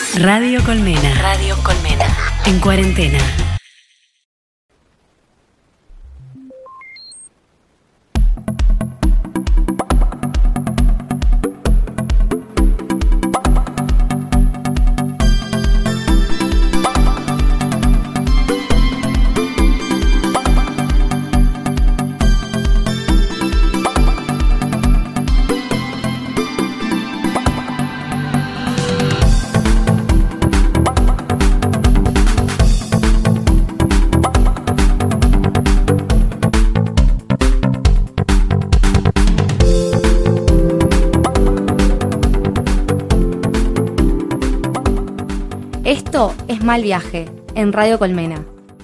Radio Colmena. Radio Colmena. En cuarentena. Esto es Mal Viaje, en Radio Colmena.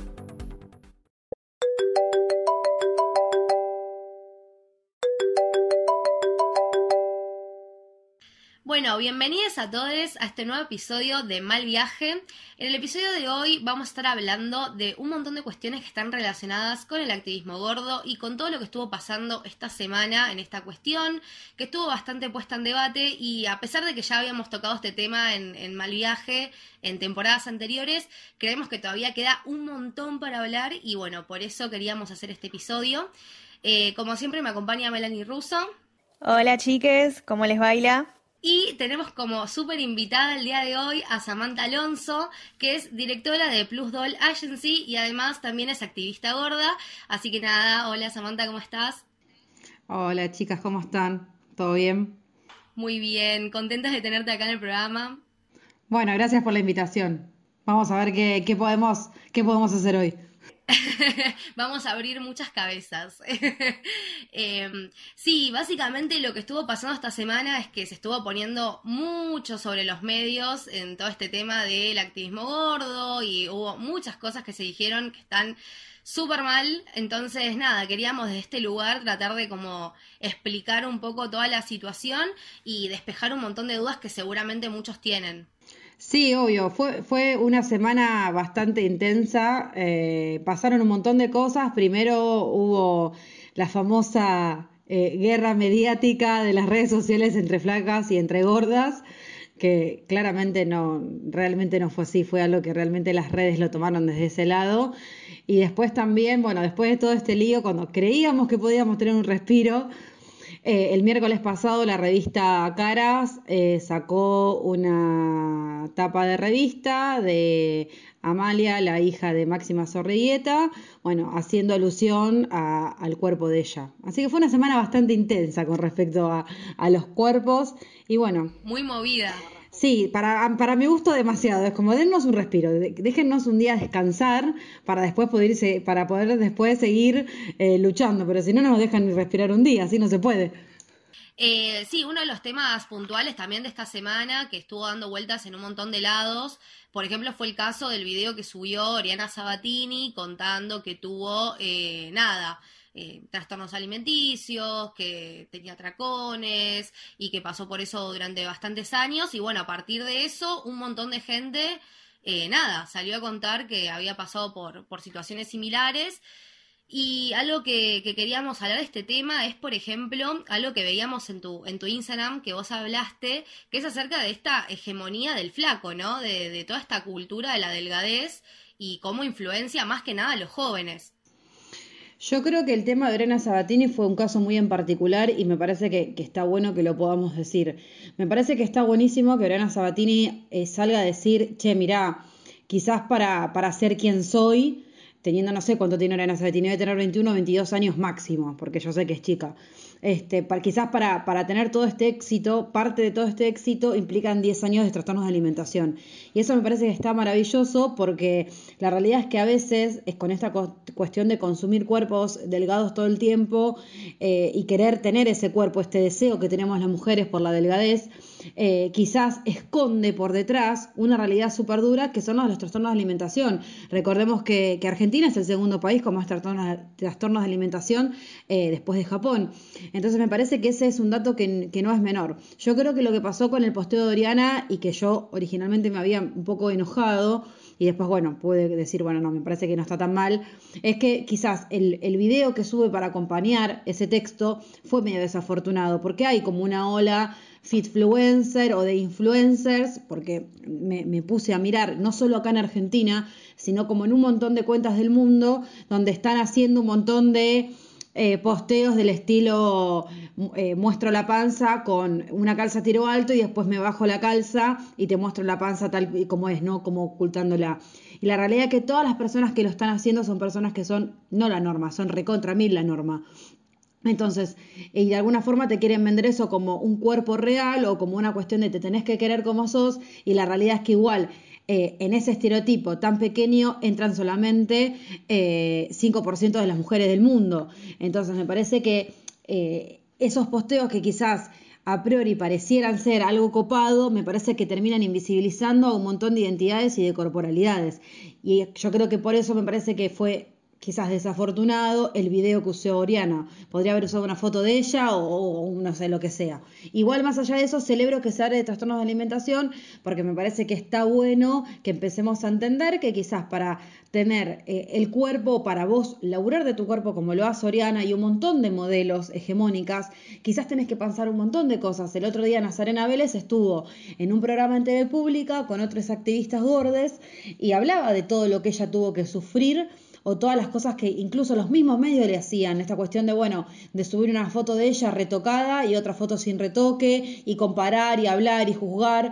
Bueno, bienvenidos a todos a este nuevo episodio de Mal Viaje. En el episodio de hoy vamos a estar hablando de un montón de cuestiones que están relacionadas con el activismo gordo y con todo lo que estuvo pasando esta semana en esta cuestión, que estuvo bastante puesta en debate y a pesar de que ya habíamos tocado este tema en Mal Viaje en temporadas anteriores, creemos que todavía queda un montón para hablar y bueno, por eso queríamos hacer este episodio. Como siempre me acompaña Melanie Russo. Hola chiques, ¿cómo les baila? Y tenemos como súper invitada el día de hoy a Samantha Alonso, que es directora de Plus Doll Agency y además también es activista gorda. Así que nada, hola Samantha, ¿cómo estás? Hola chicas, ¿cómo están? ¿Todo bien? Muy bien, contentas de tenerte acá en el programa. Bueno, gracias por la invitación. Vamos a ver qué podemos hacer hoy. Vamos a abrir muchas cabezas. Sí, básicamente lo que estuvo pasando esta semana es que se estuvo poniendo mucho sobre los medios en todo este tema del activismo gordo y hubo muchas cosas que se dijeron que están súper mal. Entonces nada, queríamos desde este lugar tratar de como explicar un poco toda la situación y despejar un montón de dudas que seguramente muchos tienen. Sí, obvio, fue una semana bastante intensa, pasaron un montón de cosas. Primero hubo la famosa guerra mediática de las redes sociales entre flacas y entre gordas, que realmente no fue así, fue algo que realmente las redes lo tomaron desde ese lado. Y después también, bueno, después de todo este lío, cuando creíamos que podíamos tener un respiro, el miércoles pasado la revista Caras sacó una tapa de revista de Amalia, la hija de Máxima Zorrigueta, bueno, haciendo alusión al cuerpo de ella. Así que fue una semana bastante intensa con respecto a los cuerpos y bueno. Muy movida. Sí, para mi gusto demasiado. Es como dennos un respiro, déjennos un día descansar para poder después seguir luchando, pero si no nos dejan ni respirar un día, así no se puede. Sí, uno de los temas puntuales también de esta semana que estuvo dando vueltas en un montón de lados, por ejemplo, fue el caso del video que subió Oriana Sabatini contando que tuvo trastornos alimenticios, que tenía atracones y que pasó por eso durante bastantes años y bueno, a partir de eso un montón de gente salió a contar que había pasado por situaciones similares. Y algo que queríamos hablar de este tema es, por ejemplo, algo que veíamos en tu Instagram, que vos hablaste, que es acerca de esta hegemonía del flaco, ¿no? De toda esta cultura de la delgadez y cómo influencia más que nada a los jóvenes. Yo creo que el tema de Oriana Sabatini fue un caso muy en particular y me parece que está bueno que lo podamos decir. Me parece que está buenísimo que Oriana Sabatini salga a decir, che, mirá, quizás para ser quien soy, teniendo no sé cuánto tiene Oriana Sabatini, debe tener 21 o 22 años máximo, porque yo sé que es chica. Quizás para tener todo este éxito, parte de todo este éxito implican 10 años de trastornos de alimentación. Y eso me parece que está maravilloso porque la realidad es que a veces es con esta cuestión de consumir cuerpos delgados todo el tiempo y querer tener ese cuerpo, este deseo que tenemos las mujeres por la delgadez, quizás esconde por detrás una realidad súper dura que son los trastornos de alimentación. Recordemos que Argentina es el segundo país con más trastornos de alimentación después de Japón. Entonces me parece que ese es un dato que no es menor. Yo creo que lo que pasó con el posteo de Oriana y que yo originalmente me había un poco enojado y después, bueno, pude decir, bueno, no, me parece que no está tan mal, es que quizás el video que sube para acompañar ese texto fue medio desafortunado porque hay como una ola fitfluencer o de influencers, porque me puse a mirar, no solo acá en Argentina, sino como en un montón de cuentas del mundo, donde están haciendo un montón de posteos del estilo muestro la panza con una calza tiro alto y después me bajo la calza y te muestro la panza tal y como es, ¿no? Como ocultándola. Y la realidad es que todas las personas que lo están haciendo son personas que son no la norma, son recontra mil la norma. Entonces, y de alguna forma te quieren vender eso como un cuerpo real o como una cuestión de te tenés que querer como sos, y la realidad es que igual en ese estereotipo tan pequeño entran solamente 5% de las mujeres del mundo. Entonces me parece que esos posteos que quizás a priori parecieran ser algo copado, me parece que terminan invisibilizando a un montón de identidades y de corporalidades. Y yo creo que por eso me parece que fue quizás desafortunado el video que usó Oriana. Podría haber usado una foto de ella o no sé, lo que sea. Igual, más allá de eso, celebro que se hable de trastornos de alimentación, porque me parece que está bueno que empecemos a entender que quizás para tener el cuerpo, para vos laburar de tu cuerpo como lo hace Oriana y un montón de modelos hegemónicas, quizás tenés que pensar un montón de cosas. El otro día Nazarena Vélez estuvo en un programa en TV Pública con otros activistas gordes y hablaba de todo lo que ella tuvo que sufrir o todas las cosas que incluso los mismos medios le hacían, esta cuestión de, bueno, de subir una foto de ella retocada y otra foto sin retoque, y comparar y hablar y juzgar,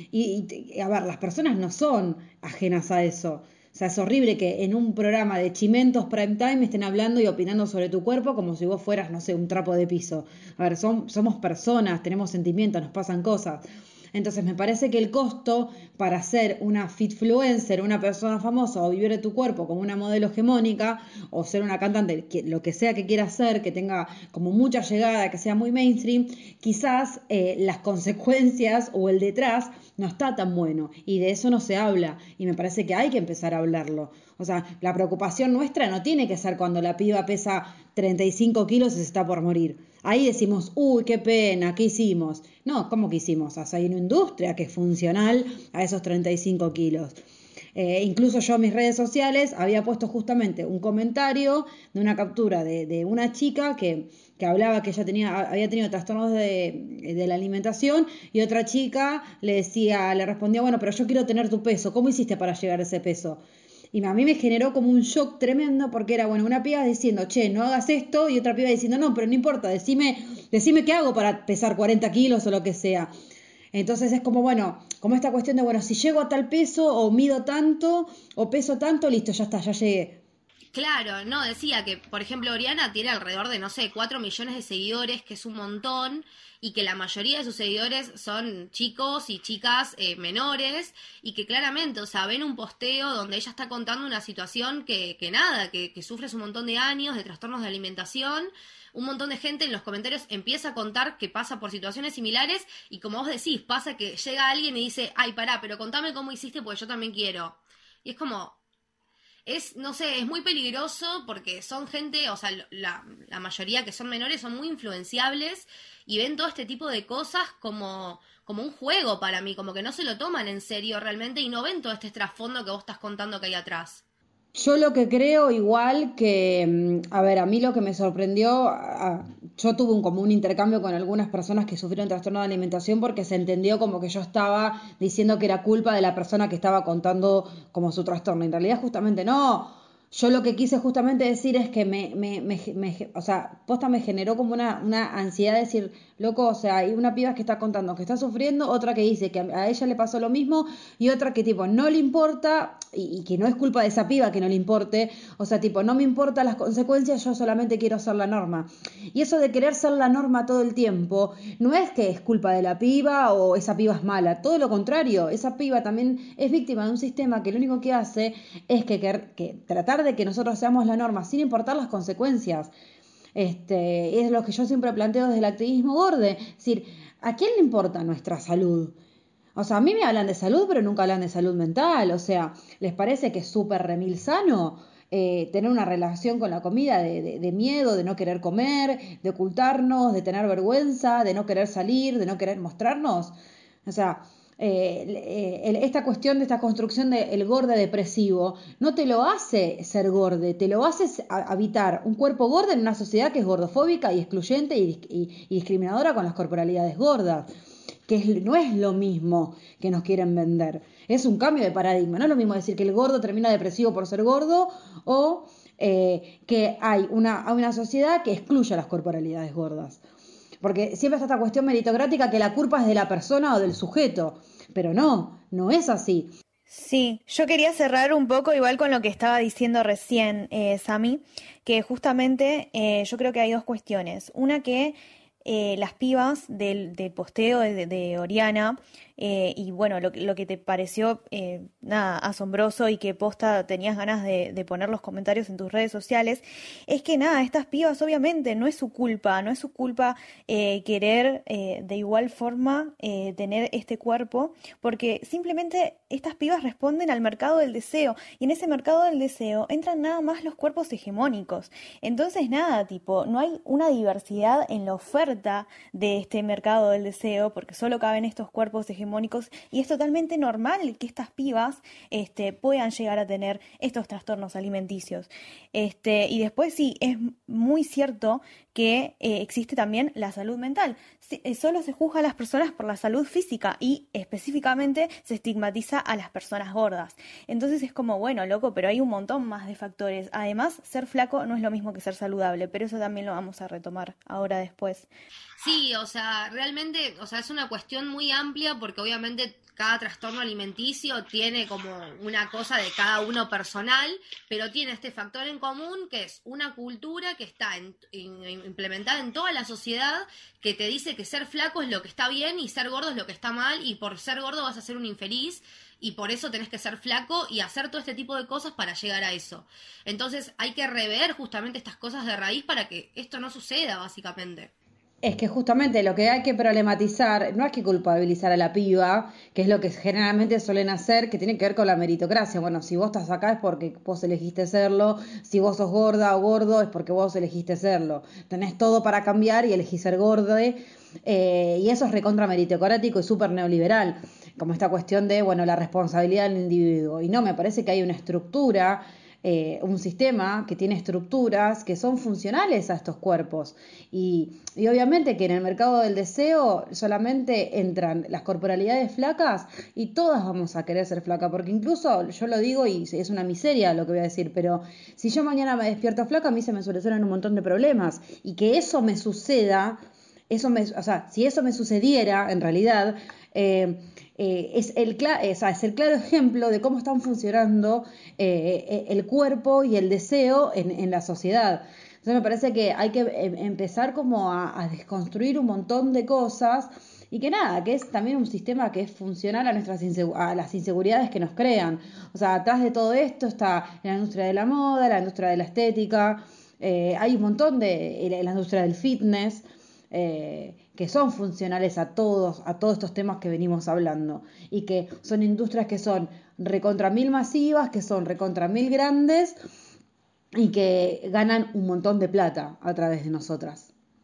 y a ver, las personas no son ajenas a eso. O sea, es horrible que en un programa de Chimentos Prime Time estén hablando y opinando sobre tu cuerpo como si vos fueras, no sé, un trapo de piso. A ver, somos personas, tenemos sentimientos, nos pasan cosas. Entonces me parece que el costo para ser una fitfluencer, una persona famosa o vivir de tu cuerpo como una modelo hegemónica o ser una cantante, lo que sea que quieras ser, que tenga como mucha llegada, que sea muy mainstream, quizás las consecuencias o el detrás no está tan bueno y de eso no se habla y me parece que hay que empezar a hablarlo. O sea, la preocupación nuestra no tiene que ser cuando la piba pesa 35 kilos y se está por morir. Ahí decimos, uy, qué pena, ¿qué hicimos? No, ¿cómo que hicimos? O sea, hay una industria que es funcional a esos 35 kilos. Incluso yo en mis redes sociales había puesto justamente un comentario de una captura de una chica que hablaba que ella había tenido trastornos de la alimentación y otra chica le respondía, bueno, pero yo quiero tener tu peso, ¿cómo hiciste para llegar a ese peso? Y a mí me generó como un shock tremendo porque era, bueno, una piba diciendo, che, no hagas esto, y otra piba diciendo, no, pero no importa, decime qué hago para pesar 40 kilos o lo que sea. Entonces es como, bueno, como esta cuestión de, bueno, si llego a tal peso o mido tanto o peso tanto, listo, ya está, ya llegué. Claro, no, decía que, por ejemplo, Oriana tiene alrededor de, no sé, 4 millones de seguidores, que es un montón, y que la mayoría de sus seguidores son chicos y chicas menores, y que claramente, o sea, ven un posteo donde ella está contando una situación que sufres un montón de años de trastornos de alimentación. Un montón de gente en los comentarios empieza a contar que pasa por situaciones similares, y como vos decís, pasa que llega alguien y dice, ay, pará, pero contame cómo hiciste porque yo también quiero. Y es como... no sé, es muy peligroso porque son gente, o sea, la mayoría que son menores son muy influenciables y ven todo este tipo de cosas como un juego para mí, como que no se lo toman en serio realmente y no ven todo este trasfondo que vos estás contando que hay atrás. Yo lo que creo igual que, a ver, a mí lo que me sorprendió, yo tuve como un intercambio con algunas personas que sufrieron trastorno de alimentación porque se entendió como que yo estaba diciendo que era culpa de la persona que estaba contando como su trastorno. En realidad justamente no. Yo lo que quise justamente decir es que o sea, posta me generó como una ansiedad de decir, loco, o sea, hay una piba que está contando que está sufriendo, otra que dice que a ella le pasó lo mismo y otra que tipo no le importa y que no es culpa de esa piba que no le importe, o sea, tipo, no me importan las consecuencias, yo solamente quiero ser la norma. Y eso de querer ser la norma todo el tiempo, no es que es culpa de la piba o esa piba es mala, todo lo contrario, esa piba también es víctima de un sistema que lo único que hace es que tratar de que nosotros seamos la norma sin importar las consecuencias. Es lo que yo siempre planteo desde el activismo gordo, es decir, ¿a quién le importa nuestra salud? O sea, a mí me hablan de salud, pero nunca hablan de salud mental. O sea, ¿les parece que es súper remil sano tener una relación con la comida de miedo, de no querer comer, de ocultarnos, de tener vergüenza, de no querer salir, de no querer mostrarnos? O sea, esta cuestión de esta construcción del gordo depresivo no te lo hace ser gordo, te lo hace habitar un cuerpo gordo en una sociedad que es gordofóbica y excluyente y discriminadora con las corporalidades gordas. no es lo mismo que nos quieren vender. Es un cambio de paradigma. No es lo mismo decir que el gordo termina depresivo por ser gordo o que hay una sociedad que excluye a las corporalidades gordas. Porque siempre está esta cuestión meritocrática que la culpa es de la persona o del sujeto. Pero no es así. Sí, yo quería cerrar un poco igual con lo que estaba diciendo recién, Sami, que justamente yo creo que hay dos cuestiones. Una que las pibas del posteo de Oriana, y bueno, lo que te pareció nada asombroso y que posta tenías ganas de poner los comentarios en tus redes sociales, es que nada, estas pibas obviamente no es su culpa querer de igual forma tener este cuerpo, porque simplemente estas pibas responden al mercado del deseo, y en ese mercado del deseo entran nada más los cuerpos hegemónicos. Entonces nada, tipo, no hay una diversidad en la oferta de este mercado del deseo, porque solo caben estos cuerpos hegemónicos, y es totalmente normal que estas pibas puedan llegar a tener estos trastornos alimenticios. Y después sí, es muy cierto que existe también la salud mental. Solo se juzga a las personas por la salud física y específicamente se estigmatiza a las personas gordas. Entonces es como, bueno, loco, pero hay un montón más de factores. Además, ser flaco no es lo mismo que ser saludable, pero eso también lo vamos a retomar ahora después. Sí, o sea, realmente, o sea, es una cuestión muy amplia porque obviamente cada trastorno alimenticio tiene como una cosa de cada uno personal, pero tiene este factor en común que es una cultura que está implementada en toda la sociedad, que te dice que ser flaco es lo que está bien y ser gordo es lo que está mal, y por ser gordo vas a ser un infeliz y por eso tenés que ser flaco y hacer todo este tipo de cosas para llegar a eso. Entonces hay que rever justamente estas cosas de raíz para que esto no suceda, básicamente. Es que justamente lo que hay que problematizar no es que culpabilizar a la piba, que es lo que generalmente suelen hacer, que tiene que ver con la meritocracia. Bueno, si vos estás acá es porque vos elegiste serlo, si vos sos gorda o gordo es porque vos elegiste serlo. Tenés todo para cambiar y elegís ser gordo, y eso es recontra meritocrático y súper neoliberal, como esta cuestión de, bueno, la responsabilidad del individuo. Y no, me parece que hay una estructura, un sistema que tiene estructuras que son funcionales a estos cuerpos, y obviamente que en el mercado del deseo solamente entran las corporalidades flacas y todas vamos a querer ser flacas, porque incluso yo lo digo y es una miseria lo que voy a decir, pero si yo mañana me despierto flaca, a mí se me solucionan un montón de problemas, y que eso me suceda, o sea, si eso me sucediera en realidad, es el claro ejemplo de cómo están funcionando el cuerpo y el deseo en la sociedad. Entonces me parece que hay que empezar como a desconstruir un montón de cosas, y que nada, que es también un sistema que es funcional a las inseguridades que nos crean. O sea, atrás de todo esto está la industria de la moda, la industria de la estética, hay un montón de la industria del fitness, que son funcionales a todos estos temas que venimos hablando, y que son industrias que son recontra mil masivas, que son recontra mil grandes y que ganan un montón de plata a través de nosotras.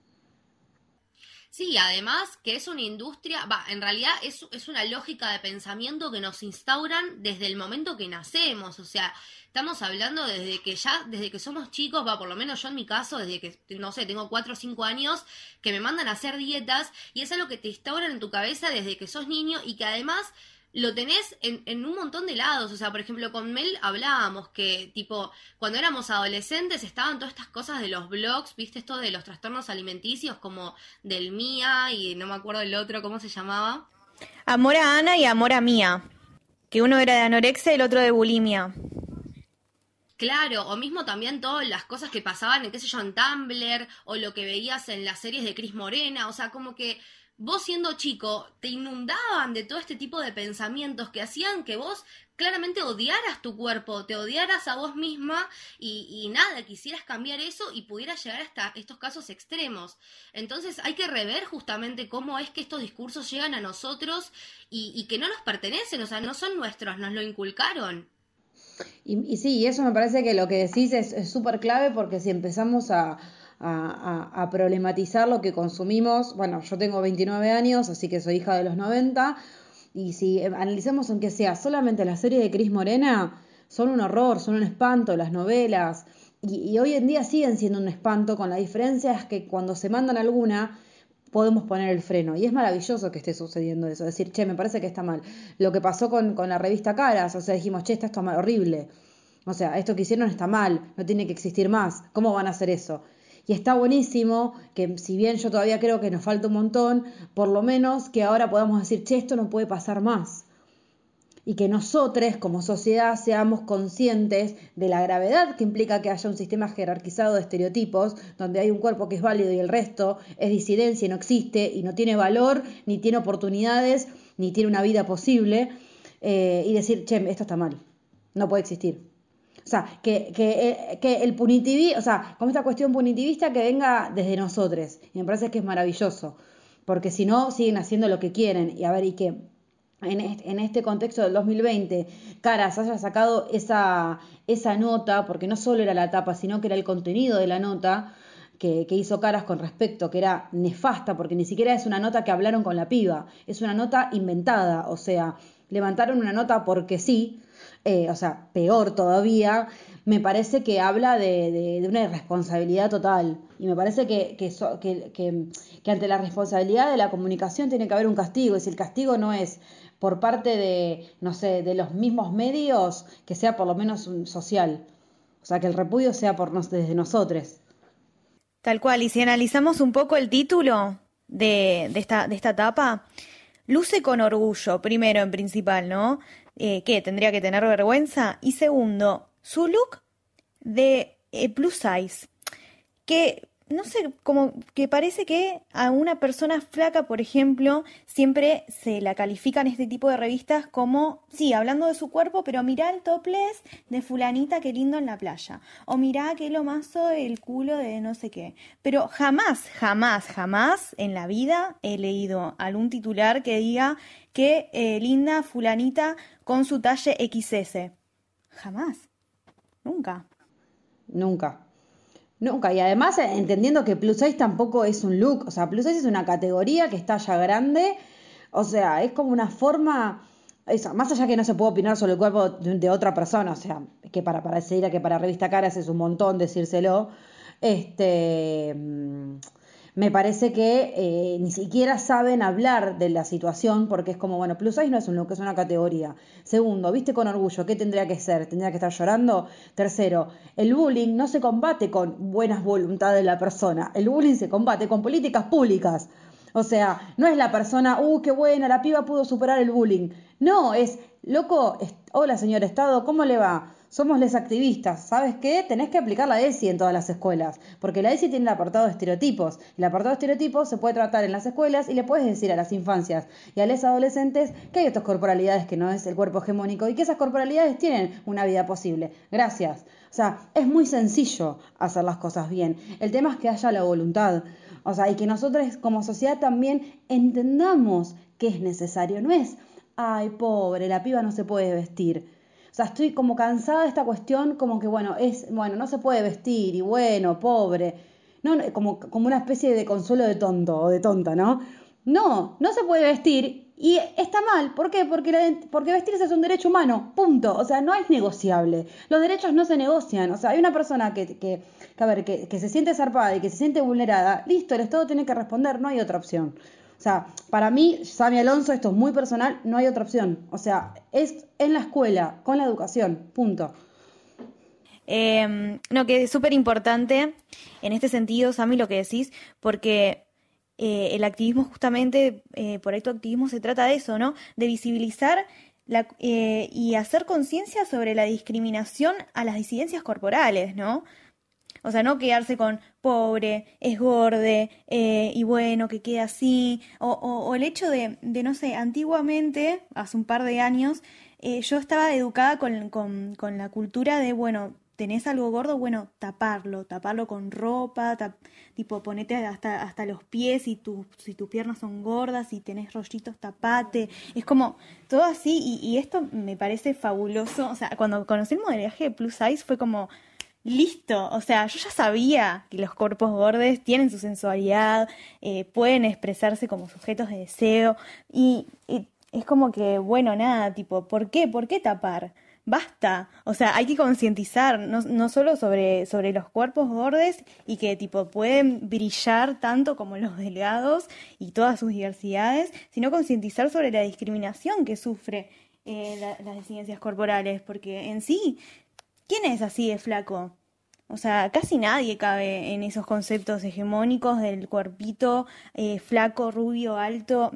Sí, además que es una industria, en realidad es una lógica de pensamiento que nos instauran desde el momento que nacemos, o sea, estamos hablando desde que somos chicos, por lo menos yo en mi caso, desde que, no sé, tengo 4 o 5 años, que me mandan a hacer dietas, y es algo que te instauran en tu cabeza desde que sos niño, y que además lo tenés en un montón de lados. O sea, por ejemplo, con Mel hablábamos que, tipo, cuando éramos adolescentes estaban todas estas cosas de los blogs, viste, esto de los trastornos alimenticios, como del Mía, y no me acuerdo el otro, ¿cómo se llamaba? Amor a Ana y Amor a Mía, que uno era de anorexia y el otro de bulimia. Claro, o mismo también todas las cosas que pasaban en, qué sé yo, en Tumblr, o lo que veías en las series de Cris Morena, o sea, como que vos siendo chico te inundaban de todo este tipo de pensamientos que hacían que vos claramente odiaras tu cuerpo, te odiaras a vos misma y nada, quisieras cambiar eso y pudieras llegar hasta estos casos extremos. Entonces hay que rever justamente cómo es que estos discursos llegan a nosotros y que no nos pertenecen, o sea, no son nuestros, nos lo inculcaron. Y sí, eso me parece que lo que decís es súper clave, porque si empezamos a problematizar lo que consumimos, bueno, yo tengo 29 años, así que soy hija de los 90, y si analizamos aunque sea solamente las series de Cris Morena, son un horror, son un espanto, las novelas, y hoy en día siguen siendo un espanto, con la diferencia es que cuando se mandan alguna, podemos poner el freno. Y es maravilloso que esté sucediendo eso. Decir, che, me parece que está mal. Lo que pasó con la revista Caras, o sea, dijimos, che, esto mal, horrible. O sea, esto que hicieron está mal, no tiene que existir más. ¿Cómo van a hacer eso? Y está buenísimo que, si bien yo todavía creo que nos falta un montón, por lo menos que ahora podamos decir, che, esto no puede pasar más. Y que nosotros como sociedad seamos conscientes de la gravedad que implica que haya un sistema jerarquizado de estereotipos, donde hay un cuerpo que es válido y el resto es disidencia y no existe, y no tiene valor, ni tiene oportunidades, ni tiene una vida posible, y decir, che, esto está mal, no puede existir. O sea, que el punitivismo, o sea, como esta cuestión punitivista que venga desde nosotros, y me parece que es maravilloso, porque si no, siguen haciendo lo que quieren, y a ver, y que en este contexto del 2020 Caras haya sacado esa nota, porque no solo era la tapa, sino que era el contenido de la nota que hizo Caras con respecto, que era nefasta, porque ni siquiera es una nota que hablaron con la piba, es una nota inventada, o sea, levantaron una nota porque sí, o sea, peor todavía. Me parece que habla de una irresponsabilidad total, y me parece que ante la responsabilidad de la comunicación tiene que haber un castigo, y si el castigo no es por parte de, no sé, de los mismos medios, que sea por lo menos social, o sea, que el repudio sea desde nosotros. Tal cual, y si analizamos un poco el título de esta etapa, luce con orgullo, primero en principal, ¿no? Que tendría que tener vergüenza, y segundo, su look de plus size, que no sé, como que parece que a una persona flaca, por ejemplo, siempre se la califica en este tipo de revistas como, sí, hablando de su cuerpo, pero mirá el topless de fulanita, qué lindo en la playa, o mirá qué lomazo el culo de no sé qué. Pero jamás en la vida he leído algún titular que diga que linda fulanita con su talle XS. Jamás. Nunca. Y además entendiendo que plus size tampoco es un look, o sea, plus size es una categoría que está ya grande, o sea, es como una forma, eso, más allá que no se puede opinar sobre el cuerpo de otra persona, o sea, que para decir que para Revista Caras es un montón decírselo, me parece que ni siquiera saben hablar de la situación, porque es como, bueno, plus size no es un look, es una categoría. Segundo, viste con orgullo, ¿qué tendría que ser? ¿Tendría que estar llorando? Tercero, el bullying no se combate con buenas voluntades de la persona, el bullying se combate con políticas públicas. O sea, no es la persona, qué buena, la piba pudo superar el bullying. No, es, loco, hola señor Estado, ¿cómo le va? Somos les activistas, ¿sabes qué? Tenés que aplicar la ESI en todas las escuelas, porque la ESI tiene el apartado de estereotipos. El apartado de estereotipos se puede tratar en las escuelas y le puedes decir a las infancias y a los adolescentes que hay otras corporalidades que no es el cuerpo hegemónico y que esas corporalidades tienen una vida posible. Gracias. O sea, es muy sencillo hacer las cosas bien. El tema es que haya la voluntad. O sea, y que nosotros como sociedad también entendamos que es necesario. No es, ay, pobre, la piba no se puede vestir. O sea, estoy como cansada de esta cuestión, como que, bueno, no se puede vestir, y bueno, pobre. No, como una especie de consuelo de tonto o de tonta, ¿no? No se puede vestir y está mal. ¿Por qué? Porque vestirse es un derecho humano, punto. O sea, no es negociable. Los derechos no se negocian. O sea, hay una persona que se siente zarpada y que se siente vulnerada. Listo, el Estado tiene que responder, no hay otra opción. O sea, para mí, Sami Alonso, esto es muy personal, no hay otra opción. O sea, es en la escuela, con la educación, punto. No, que es súper importante en este sentido, Sami, lo que decís, porque el activismo justamente, por acto activismo se trata de eso, ¿no? De visibilizar y hacer conciencia sobre la discriminación a las disidencias corporales, ¿no? O sea, no quedarse con pobre, es gorde, y bueno, que quede así. O el hecho de, no sé, antiguamente, hace un par de años, yo estaba educada con la cultura de, bueno, tenés algo gordo, bueno, taparlo con ropa, tipo ponete hasta los pies, si tus piernas son gordas, si tenés rollitos, tapate. Es como todo así, y esto me parece fabuloso. O sea, cuando conocí el modelaje de plus size fue como... Listo, o sea, yo ya sabía que los cuerpos gordos tienen su sensualidad, pueden expresarse como sujetos de deseo y es como que, bueno, nada, tipo, ¿por qué tapar? basta. O sea, hay que concientizar, no solo sobre los cuerpos gordos y que tipo pueden brillar tanto como los delgados y todas sus diversidades, sino concientizar sobre la discriminación que sufre las disidencias corporales, porque en sí, ¿quién es así de flaco? O sea, casi nadie cabe en esos conceptos hegemónicos del cuerpito flaco, rubio, alto.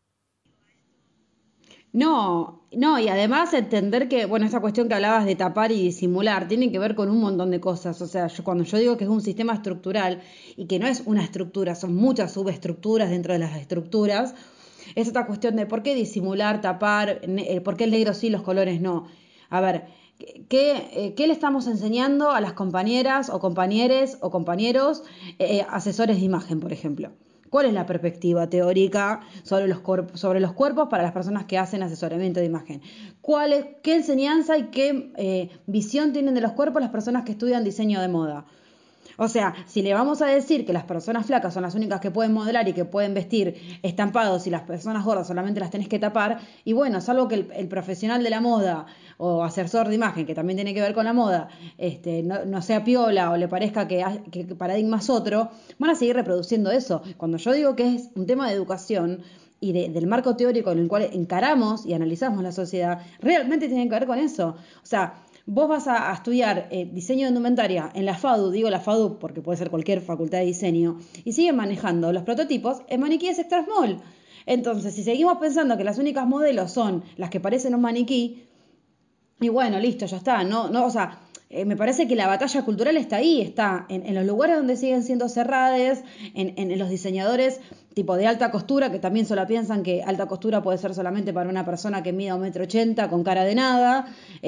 No, no, y además entender que, bueno, esa cuestión que hablabas de tapar y disimular tiene que ver con un montón de cosas. O sea, cuando yo digo que es un sistema estructural y que no es una estructura, son muchas subestructuras dentro de las estructuras, es esta cuestión de por qué disimular, tapar, por qué el negro sí, los colores no. A ver, ¿qué le estamos enseñando a las compañeras o compañeres o compañeros asesores de imagen, por ejemplo? ¿Cuál es la perspectiva teórica sobre los cuerpos para las personas que hacen asesoramiento de imagen? ¿Qué enseñanza y qué visión tienen de los cuerpos las personas que estudian diseño de moda? O sea, si le vamos a decir que las personas flacas son las únicas que pueden modelar y que pueden vestir estampados y las personas gordas solamente las tenés que tapar, y bueno, salvo que el profesional de la moda o asesor de imagen, que también tiene que ver con la moda, no sea piola o le parezca que el paradigma es otro, van a seguir reproduciendo eso. Cuando yo digo que es un tema de educación y del marco teórico en el cual encaramos y analizamos la sociedad, realmente tiene que ver con eso. O sea, vos vas a estudiar diseño de indumentaria en la FADU, digo la FADU porque puede ser cualquier facultad de diseño, y siguen manejando los prototipos en maniquíes extra small. Entonces, si seguimos pensando que las únicas modelos son las que parecen un maniquí, y bueno, listo, ya está. O sea, me parece que la batalla cultural está ahí, está en los lugares donde siguen siendo cerrades, en los diseñadores tipo de alta costura, que también solo piensan que alta costura puede ser solamente para una persona que mida 1,80 m con cara de nada,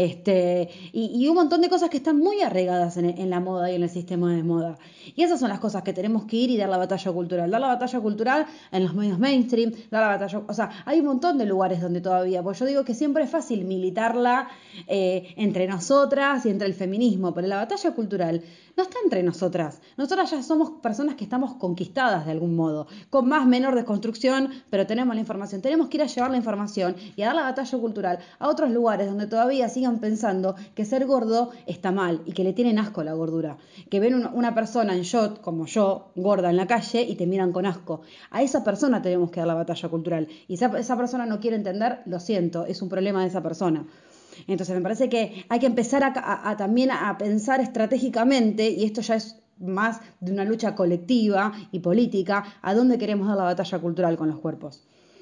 y un montón de cosas que están muy arraigadas en la moda y en el sistema de moda. Y esas son las cosas que tenemos que ir y dar la batalla cultural. Dar la batalla cultural en los medios mainstream, dar la batalla... O sea, hay un montón de lugares donde todavía... Pues yo digo que siempre es fácil militarla entre nosotras y entre el feminismo, pero la batalla cultural no está entre nosotras. Nosotras ya somos personas que estamos conquistadas de algún modo, con más menor desconstrucción, pero tenemos la información. Tenemos que ir a llevar la información y a dar la batalla cultural a otros lugares donde todavía sigan pensando que ser gordo está mal y que le tienen asco a la gordura. Que ven una persona en shot, como yo, gorda en la calle y te miran con asco. A esa persona tenemos que dar la batalla cultural. Y esa persona no quiere entender, lo siento, es un problema de esa persona. Entonces me parece que hay que empezar también a pensar estratégicamente, y esto ya es más de una lucha colectiva y política, a dónde queremos dar la batalla cultural con los cuerpos.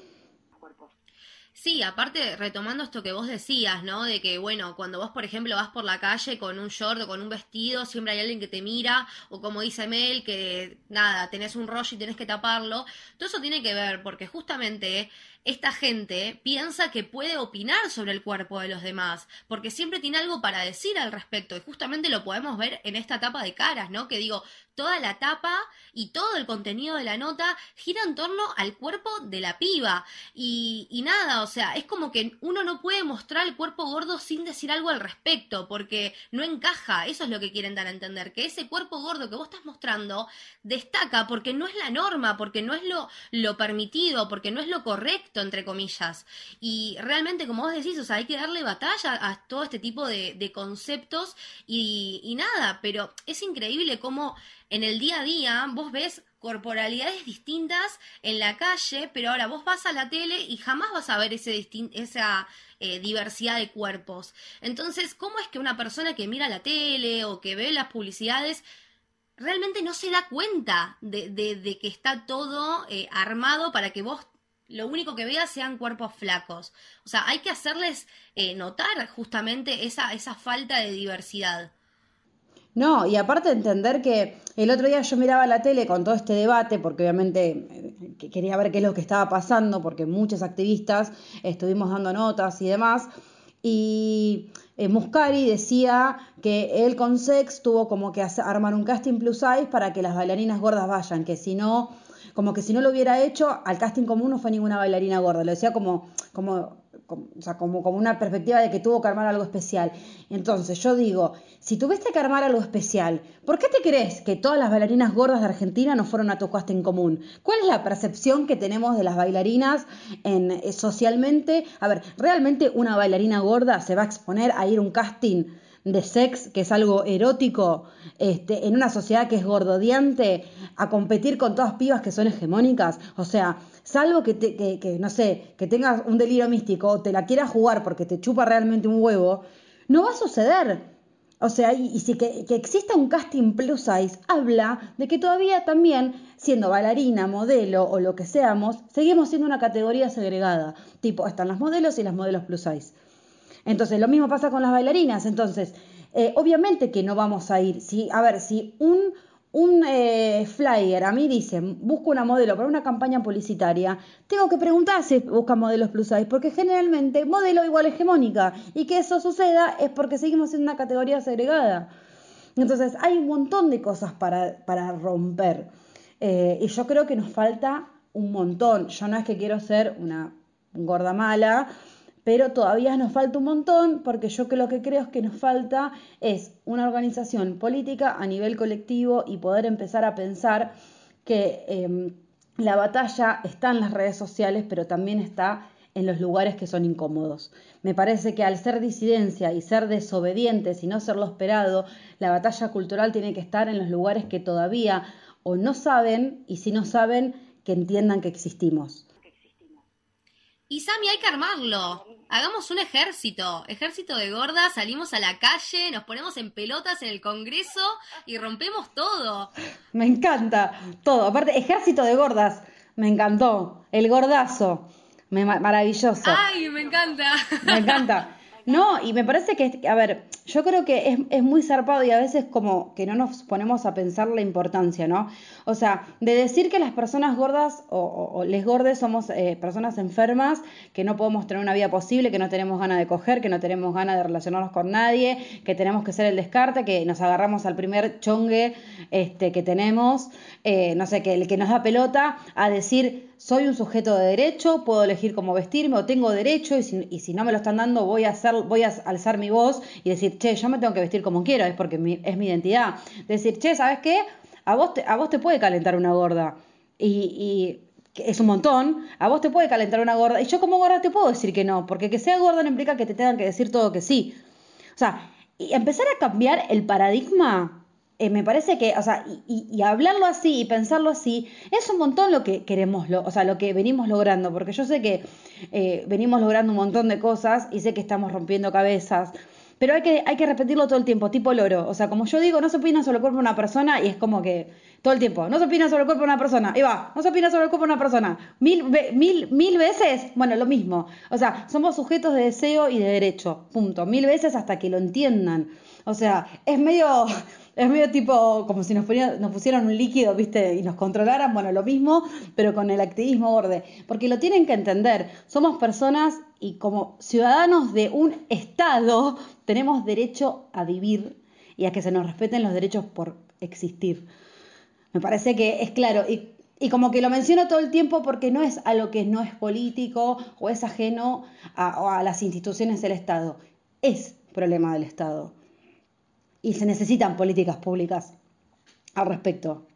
Sí, aparte, retomando esto que vos decías, ¿no? De que, bueno, cuando vos, por ejemplo, vas por la calle con un short o con un vestido, siempre hay alguien que te mira, o como dice Mel, que, nada, tenés un rollo y tenés que taparlo. Todo eso tiene que ver, porque justamente esta gente piensa que puede opinar sobre el cuerpo de los demás, porque siempre tiene algo para decir al respecto, y justamente lo podemos ver en esta tapa de caras, ¿no? Que digo, toda la tapa y todo el contenido de la nota gira en torno al cuerpo de la piba, y nada, o sea, es como que uno no puede mostrar el cuerpo gordo sin decir algo al respecto, porque no encaja. Eso es lo que quieren dar a entender, que ese cuerpo gordo que vos estás mostrando destaca porque no es la norma, porque no es lo permitido, porque no es lo correcto, entre comillas. Y realmente, como vos decís, o sea, hay que darle batalla a todo este tipo de conceptos y nada, pero es increíble cómo en el día a día vos ves corporalidades distintas en la calle, pero ahora vos vas a la tele y jamás vas a ver esa diversidad de cuerpos. Entonces, ¿cómo es que una persona que mira la tele o que ve las publicidades realmente no se da cuenta de que está todo armado para que vos lo único que veas sean cuerpos flacos? O sea, hay que hacerles notar justamente esa falta de diversidad. No, y aparte entender que el otro día yo miraba la tele con todo este debate, porque obviamente quería ver qué es lo que estaba pasando, porque muchos activistas estuvimos dando notas y demás, y Muscari decía que él con Sex tuvo como que armar un casting plus size para que las bailarinas gordas vayan, que si no, como que si no lo hubiera hecho, al casting común no fue ninguna bailarina gorda, lo decía como o sea, como una perspectiva de que tuvo que armar algo especial. Entonces yo digo, si tuviste que armar algo especial, ¿por qué te crees que todas las bailarinas gordas de Argentina no fueron a tu casting común? ¿Cuál es la percepción que tenemos de las bailarinas socialmente? A ver, ¿realmente una bailarina gorda se va a exponer a ir a un casting de sex, que es algo erótico, en una sociedad que es gordodiante, a competir con todas pibas que son hegemónicas? O sea, salvo que no sé, que tengas un delirio místico o te la quieras jugar porque te chupa realmente un huevo, no va a suceder. O sea, y si que exista un casting plus size, habla de que todavía también, siendo bailarina, modelo o lo que seamos, seguimos siendo una categoría segregada. Tipo, están las modelos y las modelos plus size. Entonces, lo mismo pasa con las bailarinas. Entonces, obviamente que no vamos a ir. Si un flyer a mí dice, busco una modelo para una campaña publicitaria, tengo que preguntar si busca modelos plus size, porque generalmente modelo igual hegemónica. Y que eso suceda es porque seguimos siendo una categoría segregada. Entonces, hay un montón de cosas para romper. Y yo creo que nos falta un montón. Yo no es que quiero ser una gorda mala, pero todavía nos falta un montón, porque yo lo que creo es que nos falta es una organización política a nivel colectivo y poder empezar a pensar que la batalla está en las redes sociales, pero también está en los lugares que son incómodos. Me parece que al ser disidencia y ser desobedientes y no ser lo esperado, la batalla cultural tiene que estar en los lugares que todavía o no saben, y si no saben, que entiendan que existimos. Y Sami, hay que armarlo. Hagamos un ejército de gordas, salimos a la calle, nos ponemos en pelotas en el Congreso y rompemos todo. Me encanta todo. Aparte, ejército de gordas, me encantó. El gordazo, maravilloso. ¡Ay, me encanta! Me encanta. No, y me parece que, a ver, yo creo que es muy zarpado y a veces como que no nos ponemos a pensar la importancia, ¿no? O sea, de decir que las personas gordas o les gordes somos personas enfermas, que no podemos tener una vida posible, que no tenemos ganas de coger, que no tenemos ganas de relacionarnos con nadie, que tenemos que ser el descarte, que nos agarramos al primer chongue que tenemos, no sé, que el que nos da pelota, a decir, soy un sujeto de derecho, puedo elegir cómo vestirme o tengo derecho, y si no me lo están dando voy a alzar mi voz y decir, che, yo me tengo que vestir como quiero, es porque es mi identidad. Decir, che, ¿sabes qué? A vos te puede calentar una gorda y es un montón, a vos te puede calentar una gorda y yo como gorda te puedo decir que no, porque que sea gorda no implica que te tengan que decir todo que sí. O sea, y empezar a cambiar el paradigma. Me parece que, o sea, y hablarlo así y pensarlo así, es un montón lo que queremos, o sea, lo que venimos logrando, porque yo sé que venimos logrando un montón de cosas y sé que estamos rompiendo cabezas, pero hay que repetirlo todo el tiempo, tipo loro. O sea, como yo digo, no se opina sobre el cuerpo de una persona y es como que todo el tiempo, no se opina sobre el cuerpo de una persona, y va, no se opina sobre el cuerpo de una persona, mil veces, bueno, lo mismo. O sea, somos sujetos de deseo y de derecho, punto, 1000 veces hasta que lo entiendan. O sea, es medio tipo como si nos pusieran un líquido, ¿viste? Y nos controlaran, bueno, lo mismo, pero con el activismo borde. Porque lo tienen que entender. Somos personas y como ciudadanos de un Estado tenemos derecho a vivir y a que se nos respeten los derechos por existir. Me parece que es claro. Y como que lo menciono todo el tiempo porque no es algo que no es político o es ajeno a las instituciones del Estado. Es problema del Estado. Y se necesitan políticas públicas al respecto.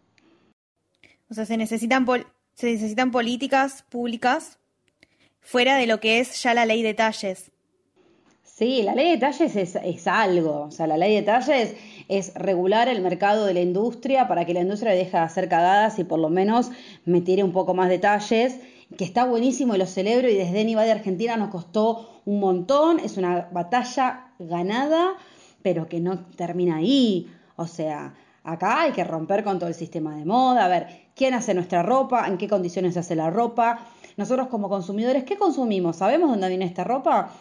O sea, se necesitan políticas públicas fuera de lo que es ya la ley de talles. Sí, la ley de talles es algo. O sea, la ley de talles es regular el mercado de la industria para que la industria deje de hacer cagadas y por lo menos me tire un poco más de talles, que está buenísimo y lo celebro, y desde Niva de Argentina nos costó un montón. Es una batalla ganada, pero que no termina ahí. O sea, acá hay que romper con todo el sistema de moda, a ver quién hace nuestra ropa, en qué condiciones se hace la ropa. Nosotros como consumidores, ¿qué consumimos? ¿Sabemos dónde viene esta ropa?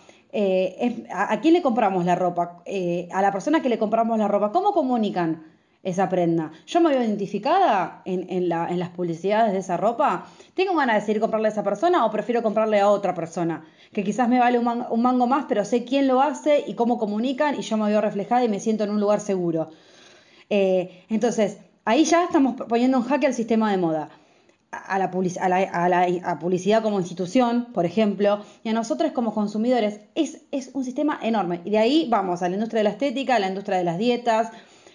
¿A quién le compramos la ropa? A la persona que le compramos la ropa, ¿cómo comunican esa prenda? ¿Yo me veo identificada en las publicidades de esa ropa? ¿Tengo ganas de seguir comprarle a esa persona o prefiero comprarle a otra persona? Que quizás me vale un mango más, pero sé quién lo hace y cómo comunican y yo me veo reflejada y me siento en un lugar seguro. Entonces, ahí ya estamos poniendo en jaque al sistema de moda. a la, a publicidad como institución, por ejemplo, y a nosotros como consumidores, es un sistema enorme. Y de ahí vamos a la industria de la estética, a la industria de las dietas,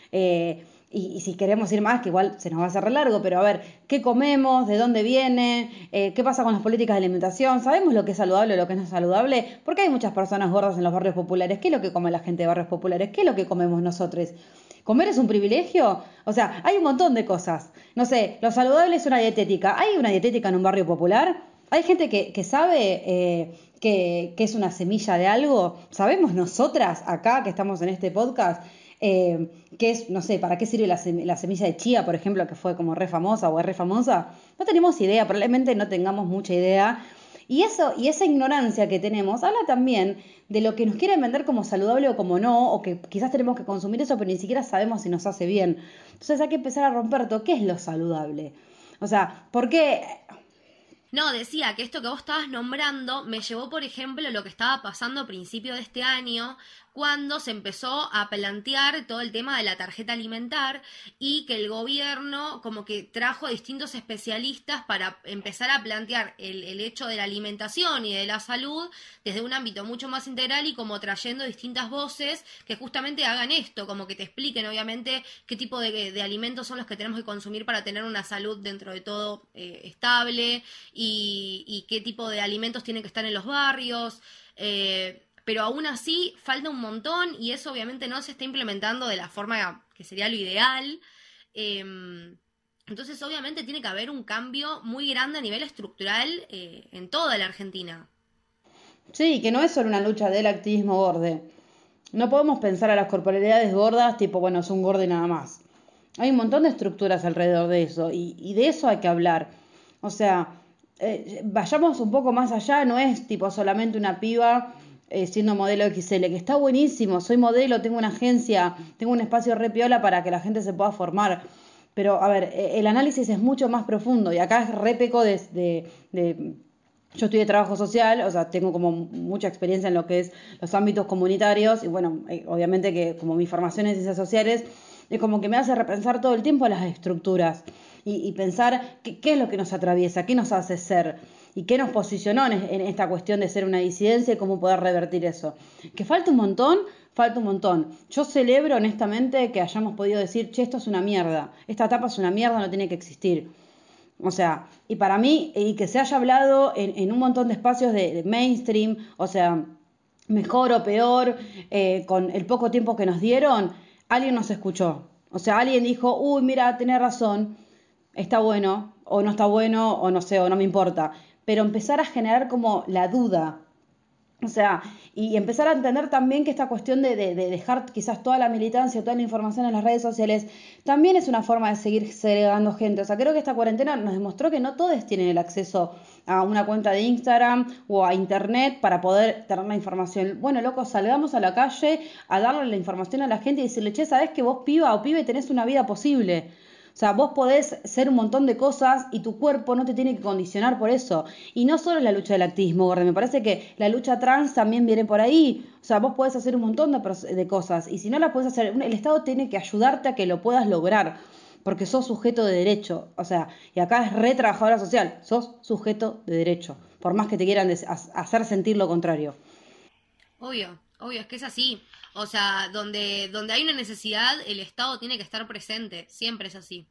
y si queremos ir más, que igual se nos va a hacer re largo, pero a ver, ¿qué comemos? ¿De dónde viene? ¿Qué pasa con las políticas de alimentación? ¿Sabemos lo que es saludable o lo que no es saludable? Porque hay muchas personas gordas en los barrios populares. ¿Qué es lo que come la gente de barrios populares? ¿Qué es lo que comemos nosotros? ¿Comer es un privilegio? O sea, hay un montón de cosas. No sé, lo saludable es una dietética. ¿Hay una dietética en un barrio popular? ¿Hay gente que sabe que es una semilla de algo? ¿Sabemos nosotras acá que estamos en este podcast? Que es, no sé, ¿para qué sirve la semilla de chía, por ejemplo, que fue como re famosa o es re famosa? No tenemos idea, probablemente no tengamos mucha idea. Y esa ignorancia que tenemos habla también de lo que nos quieren vender como saludable o como no, o que quizás tenemos que consumir eso, pero ni siquiera sabemos si nos hace bien. Entonces hay que empezar a romper todo. ¿Qué es lo saludable? O sea, ¿por qué? No, decía que esto que vos estabas nombrando me llevó, por ejemplo, lo que estaba pasando a principio de este año, cuando se empezó a plantear todo el tema de la tarjeta alimentar y que el gobierno como que trajo a distintos especialistas para empezar a plantear el hecho de la alimentación y de la salud desde un ámbito mucho más integral y como trayendo distintas voces que justamente hagan esto, como que te expliquen obviamente qué tipo de alimentos son los que tenemos que consumir para tener una salud dentro de todo estable y qué tipo de alimentos tienen que estar en los barrios, pero aún así falta un montón y eso obviamente no se está implementando de la forma que sería lo ideal. Entonces obviamente tiene que haber un cambio muy grande a nivel estructural en toda la Argentina. Sí, que no es solo una lucha del activismo gordo. No podemos pensar a las corporalidades gordas tipo, bueno, es un gordo y nada más. Hay un montón de estructuras alrededor de eso y de eso hay que hablar. O sea, vayamos un poco más allá, no es tipo solamente una piba siendo modelo XL, que está buenísimo, soy modelo, tengo una agencia, tengo un espacio re piola para que la gente se pueda formar. Pero, a ver, el análisis es mucho más profundo y acá es re peco yo estudié trabajo social, o sea, tengo como mucha experiencia en lo que es los ámbitos comunitarios y bueno, obviamente que como mi formación en ciencias sociales es como que me hace repensar todo el tiempo las estructuras y pensar qué es lo que nos atraviesa, qué nos hace ser y qué nos posicionó en esta cuestión de ser una disidencia y cómo poder revertir eso. Que falta un montón, falta un montón. Yo celebro honestamente que hayamos podido decir, che, esto es una mierda, esta etapa es una mierda, no tiene que existir. O sea, y para mí, y que se haya hablado en un montón de espacios de mainstream, o sea, mejor o peor, con el poco tiempo que nos dieron, alguien nos escuchó. O sea, alguien dijo, uy, mira, tenés razón, está bueno, o no está bueno, o no sé, o no me importa. Pero empezar a generar como la duda. O sea, y empezar a entender también que esta cuestión de dejar quizás toda la militancia, toda la información en las redes sociales, también es una forma de seguir segregando gente. O sea, creo que esta cuarentena nos demostró que no todos tienen el acceso a una cuenta de Instagram o a internet para poder tener la información. Bueno, loco, salgamos a la calle a darle la información a la gente y decirle, che, ¿sabés que vos, piba o pibe, tenés una vida posible? O sea, vos podés ser un montón de cosas y tu cuerpo no te tiene que condicionar por eso. Y no solo la lucha del activismo, gordo, me parece que la lucha trans también viene por ahí. O sea, vos podés hacer un montón de cosas y si no la podés hacer, el Estado tiene que ayudarte a que lo puedas lograr, porque sos sujeto de derecho. O sea, y acá es re trabajadora social, sos sujeto de derecho, por más que te quieran hacer sentir lo contrario. Obvio, es que es así. O sea, donde hay una necesidad, el Estado tiene que estar presente. Siempre es así.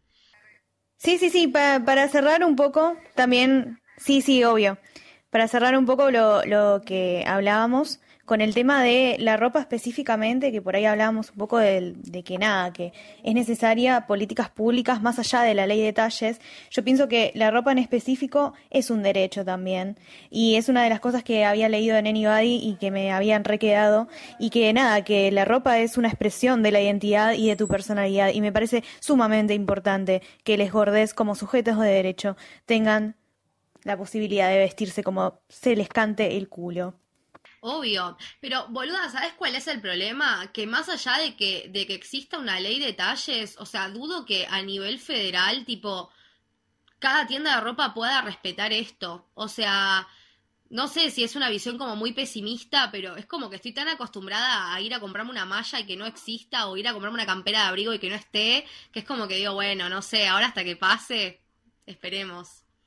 Sí, para cerrar un poco, también, sí, obvio. Para cerrar un poco lo que hablábamos con el tema de la ropa específicamente, que por ahí hablábamos un poco de que nada, que es necesaria políticas públicas más allá de la ley de talles. Yo pienso que la ropa en específico es un derecho también y es una de las cosas que había leído en Anybody y que me habían requedado y que nada, que la ropa es una expresión de la identidad y de tu personalidad y me parece sumamente importante que les gordes como sujetos de derecho tengan la posibilidad de vestirse como se les cante el culo. Obvio, pero boluda, ¿sabes cuál es el problema? Que más allá de que exista una ley de talles, o sea, dudo que a nivel federal, tipo, cada tienda de ropa pueda respetar esto. O sea, no sé si es una visión como muy pesimista, pero es como que estoy tan acostumbrada a ir a comprarme una malla y que no exista, o ir a comprarme una campera de abrigo y que no esté, que es como que digo, bueno, no sé, ahora hasta que pase, esperemos.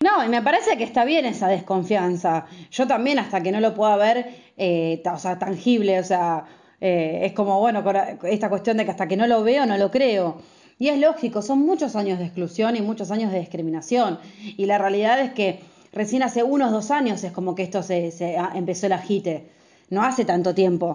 No, y me parece que está bien esa desconfianza. Yo también, hasta que no lo pueda ver, o sea, tangible, o sea, es como, bueno, esta cuestión de que hasta que no lo veo, no lo creo. Y es lógico, son muchos años de exclusión y muchos años de discriminación. Y la realidad es que recién hace unos 2 años es como que esto empezó el agite, no hace tanto tiempo.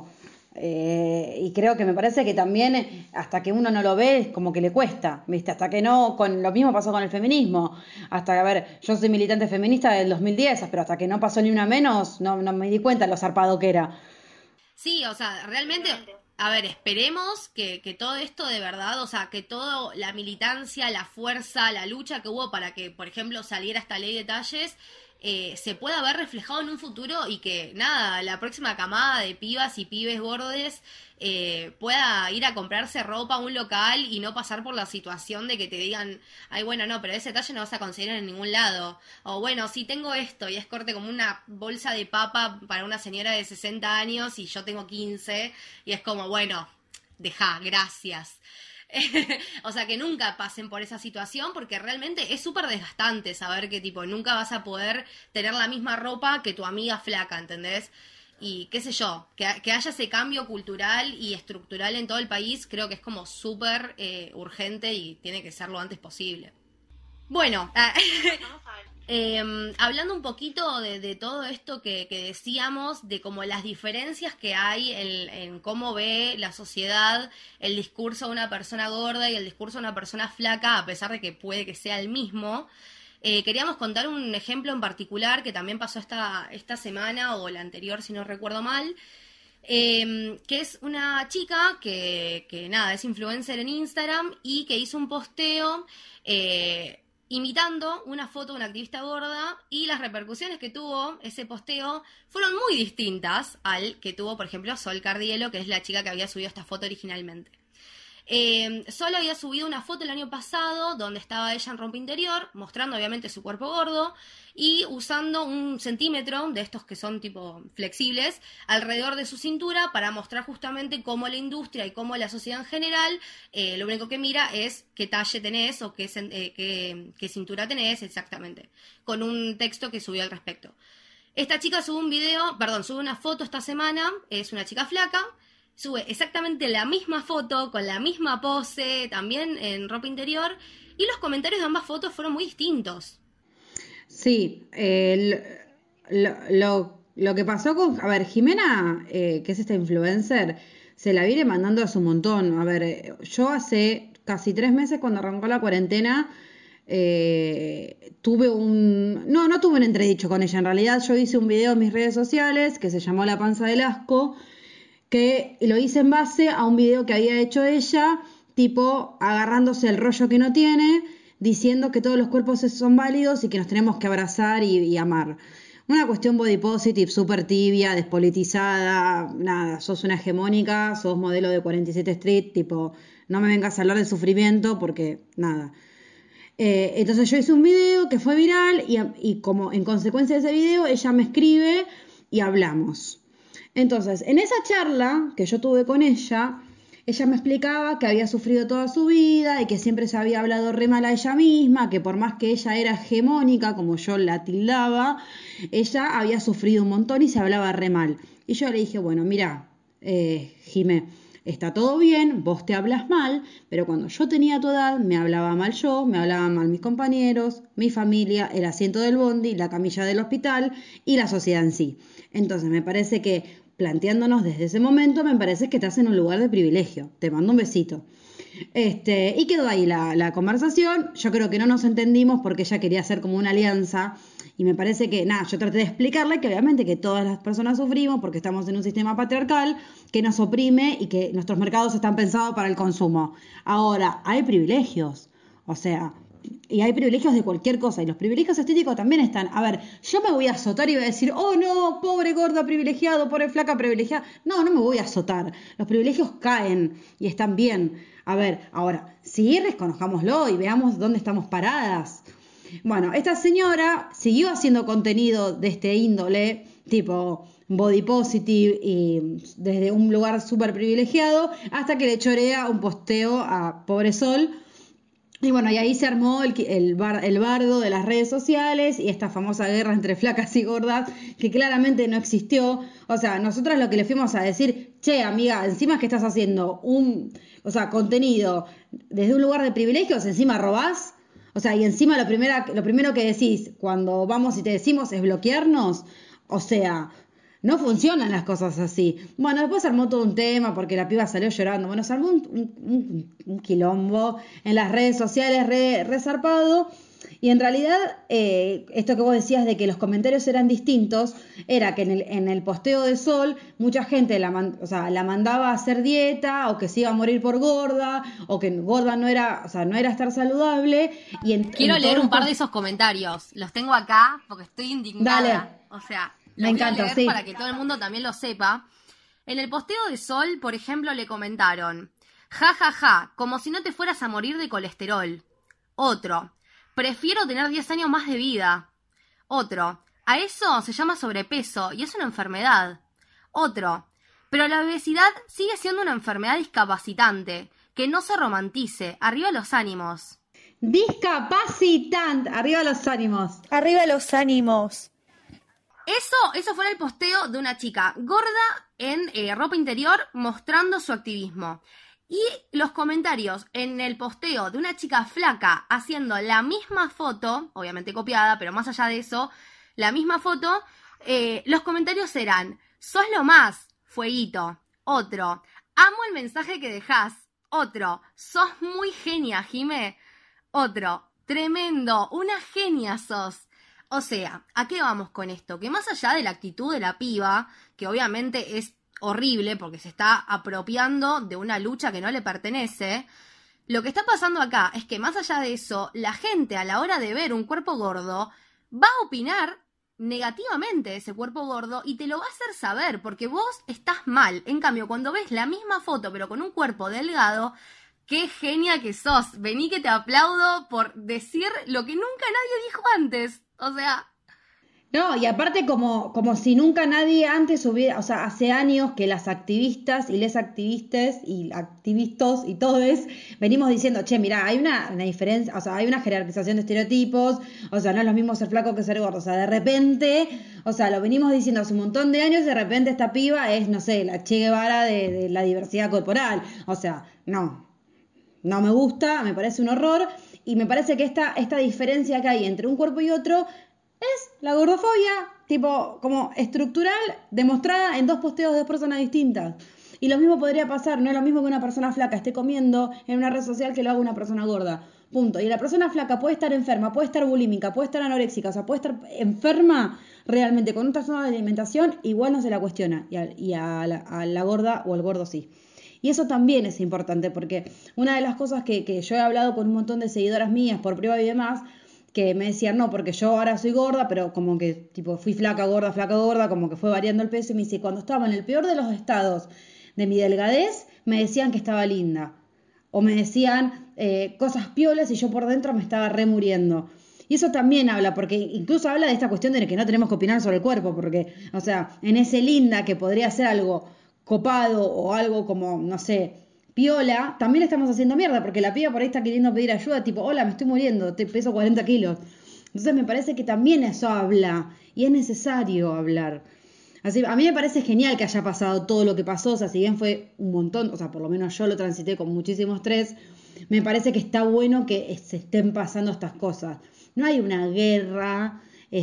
Y creo que me parece que también hasta que uno no lo ve es como que le cuesta, ¿viste? Hasta que no, lo mismo pasó con el feminismo, hasta, a ver, yo soy militante feminista del 2010, pero hasta que no pasó ni una menos, no me di cuenta lo zarpado que era. Sí, o sea, realmente, a ver, esperemos que todo esto de verdad, o sea, que toda la militancia, la fuerza, la lucha que hubo para que, por ejemplo, saliera esta ley de talles, se pueda ver reflejado en un futuro y que, nada, la próxima camada de pibas y pibes gordes pueda ir a comprarse ropa a un local y no pasar por la situación de que te digan, ay, bueno, no, pero ese talle no vas a conseguir en ningún lado. O bueno, si tengo esto y es corte como una bolsa de papa para una señora de 60 años y yo tengo 15 y es como, bueno, deja, gracias. O sea, que nunca pasen por esa situación porque realmente es súper desgastante saber que tipo nunca vas a poder tener la misma ropa que tu amiga flaca, ¿entendés? Y qué sé yo, que haya ese cambio cultural y estructural en todo el país creo que es como súper urgente y tiene que ser lo antes posible. Bueno, hablando un poquito de todo esto que decíamos, de como las diferencias que hay en cómo ve la sociedad el discurso de una persona gorda y el discurso de una persona flaca, a pesar de que puede que sea el mismo, queríamos contar un ejemplo en particular que también pasó esta semana o la anterior, si no recuerdo mal, que es una chica que nada, es influencer en Instagram y que hizo un posteo imitando una foto de una activista gorda y las repercusiones que tuvo ese posteo fueron muy distintas al que tuvo, por ejemplo, Sol Cardielo, que es la chica que había subido esta foto originalmente. Sol había subido una foto el año pasado donde estaba ella en ropa interior, mostrando obviamente su cuerpo gordo y usando un centímetro de estos que son tipo flexibles alrededor de su cintura para mostrar justamente cómo la industria y cómo la sociedad en general lo único que mira es qué talle tenés o qué cintura tenés exactamente, con un texto que subió al respecto. Esta chica sube una foto esta semana, es una chica flaca, sube exactamente la misma foto, con la misma pose, también en ropa interior, y los comentarios de ambas fotos fueron muy distintos. Sí, lo que pasó con, a ver, Jimena, que es esta influencer, se la viene mandando hace un montón. A ver, yo hace casi 3 meses cuando arrancó la cuarentena, tuve no tuve un entredicho con ella, en realidad yo hice un video en mis redes sociales que se llamó La panza del asco, que lo hice en base a un video que había hecho ella, tipo agarrándose el rollo que no tiene, diciendo que todos los cuerpos son válidos y que nos tenemos que abrazar y amar. Una cuestión body positive, súper tibia, despolitizada, nada, sos una hegemónica, sos modelo de 47 Street, tipo, no me vengas a hablar de sufrimiento porque, nada. Entonces yo hice un video que fue viral y como en consecuencia de ese video ella me escribe y hablamos. Entonces, en esa charla que yo tuve con ella me explicaba que había sufrido toda su vida y que siempre se había hablado re mal a ella misma, que por más que ella era hegemónica, como yo la tildaba, ella había sufrido un montón y se hablaba re mal. Y yo le dije, bueno, mira, Jimé, está todo bien, vos te hablas mal, pero cuando yo tenía tu edad me hablaba mal yo, me hablaban mal mis compañeros, mi familia, el asiento del bondi, la camilla del hospital y la sociedad en sí. Entonces me parece que planteándonos desde ese momento, me parece que estás en un lugar de privilegio. Te mando un besito. Y quedó ahí la conversación. Yo creo que no nos entendimos porque ella quería hacer como una alianza. Y me parece que, nada, yo traté de explicarle que obviamente que todas las personas sufrimos porque estamos en un sistema patriarcal que nos oprime y que nuestros mercados están pensados para el consumo. Ahora, hay privilegios. O sea, y hay privilegios de cualquier cosa, y los privilegios estéticos también están. A ver, yo me voy a azotar y voy a decir, oh no, pobre gorda privilegiado, pobre flaca privilegiada. No me voy a azotar. Los privilegios caen y están bien. A ver, ahora, sí, reconozcámoslo y veamos dónde estamos paradas. Bueno, esta señora siguió haciendo contenido de este índole, tipo body positive y desde un lugar súper privilegiado, hasta que le chorea un posteo a pobre Sol, Y bueno, y ahí se armó el bardo de las redes sociales y esta famosa guerra entre flacas y gordas que claramente no existió. O sea, nosotras lo que le fuimos a decir, che, amiga, encima es que estás haciendo contenido desde un lugar de privilegios, encima robás. O sea, y encima lo primero que decís cuando vamos y te decimos es bloquearnos. O sea, no funcionan las cosas así. Bueno, después se armó todo un tema porque la piba salió llorando. Bueno, se armó un quilombo en las redes sociales re zarpado. Y en realidad, esto que vos decías de que los comentarios eran distintos, era que en el posteo de Sol, mucha gente la mandaba a hacer dieta, o que se iba a morir por gorda, o que gorda no era estar saludable. Quiero leer un par de esos comentarios. Los tengo acá porque estoy indignada. Dale. O sea, me encanta, leer sí. Para que todo el mundo también lo sepa. En el posteo de Sol, por ejemplo, le comentaron: ja, ja, ja, como si no te fueras a morir de colesterol. Otro: prefiero tener 10 años más de vida. Otro: a eso se llama sobrepeso y es una enfermedad. Otro: pero la obesidad sigue siendo una enfermedad discapacitante. Que no se romantice. Arriba los ánimos. Discapacitante. Arriba los ánimos. Arriba los ánimos. Eso fue en el posteo de una chica gorda en ropa interior mostrando su activismo. Y los comentarios en el posteo de una chica flaca haciendo la misma foto, obviamente copiada, pero más allá de eso, la misma foto, los comentarios eran: sos lo más, fueguito. Otro: amo el mensaje que dejás. Otro: sos muy genia, Jimé. Otro: tremendo, una genia sos. O sea, ¿a qué vamos con esto? Que más allá de la actitud de la piba, que obviamente es horrible porque se está apropiando de una lucha que no le pertenece, lo que está pasando acá es que más allá de eso, la gente a la hora de ver un cuerpo gordo va a opinar negativamente de ese cuerpo gordo y te lo va a hacer saber porque vos estás mal. En cambio, cuando ves la misma foto pero con un cuerpo delgado, ¡qué genia que sos! Vení que te aplaudo por decir lo que nunca nadie dijo antes. O sea... No, y aparte como si nunca nadie antes hubiera, o sea, hace años que las activistas y les activistas y activistas y todos venimos diciendo, che, mirá, hay una diferencia, o sea, hay una jerarquización de estereotipos, o sea, no es lo mismo ser flaco que ser gordo, o sea, de repente, o sea, lo venimos diciendo hace un montón de años y de repente esta piba es, no sé, la Che Guevara de la diversidad corporal, o sea, no me gusta, me parece un horror. Y me parece que esta diferencia que hay entre un cuerpo y otro es la gordofobia, tipo, como estructural, demostrada en dos posteos de dos personas distintas. Y lo mismo podría pasar, no es lo mismo que una persona flaca esté comiendo en una red social que lo haga una persona gorda. Punto. Y la persona flaca puede estar enferma, puede estar bulímica, puede estar anoréxica, o sea, puede estar enferma realmente con un trastorno de alimentación, igual no se la cuestiona. Y a la gorda o al gordo sí. Y eso también es importante porque una de las cosas que yo he hablado con un montón de seguidoras mías por privado y demás, que me decían, no, porque yo ahora soy gorda, pero como que tipo fui flaca, gorda, como que fue variando el peso. Y me dice, cuando estaba en el peor de los estados de mi delgadez, me decían que estaba linda. O me decían cosas piolas y yo por dentro me estaba remuriendo. Y eso también habla, porque incluso habla de esta cuestión de que no tenemos que opinar sobre el cuerpo, porque, o sea, en ese linda que podría ser algo copado o algo como, no sé, piola, también le estamos haciendo mierda, porque la piba por ahí está queriendo pedir ayuda, tipo, hola, me estoy muriendo, te peso 40 kilos. Entonces me parece que también eso habla, y es necesario hablar. Así, a mí me parece genial que haya pasado todo lo que pasó, o sea, si bien fue un montón, o sea, por lo menos yo lo transité con muchísimo estrés, me parece que está bueno que se estén pasando estas cosas. No hay una guerra,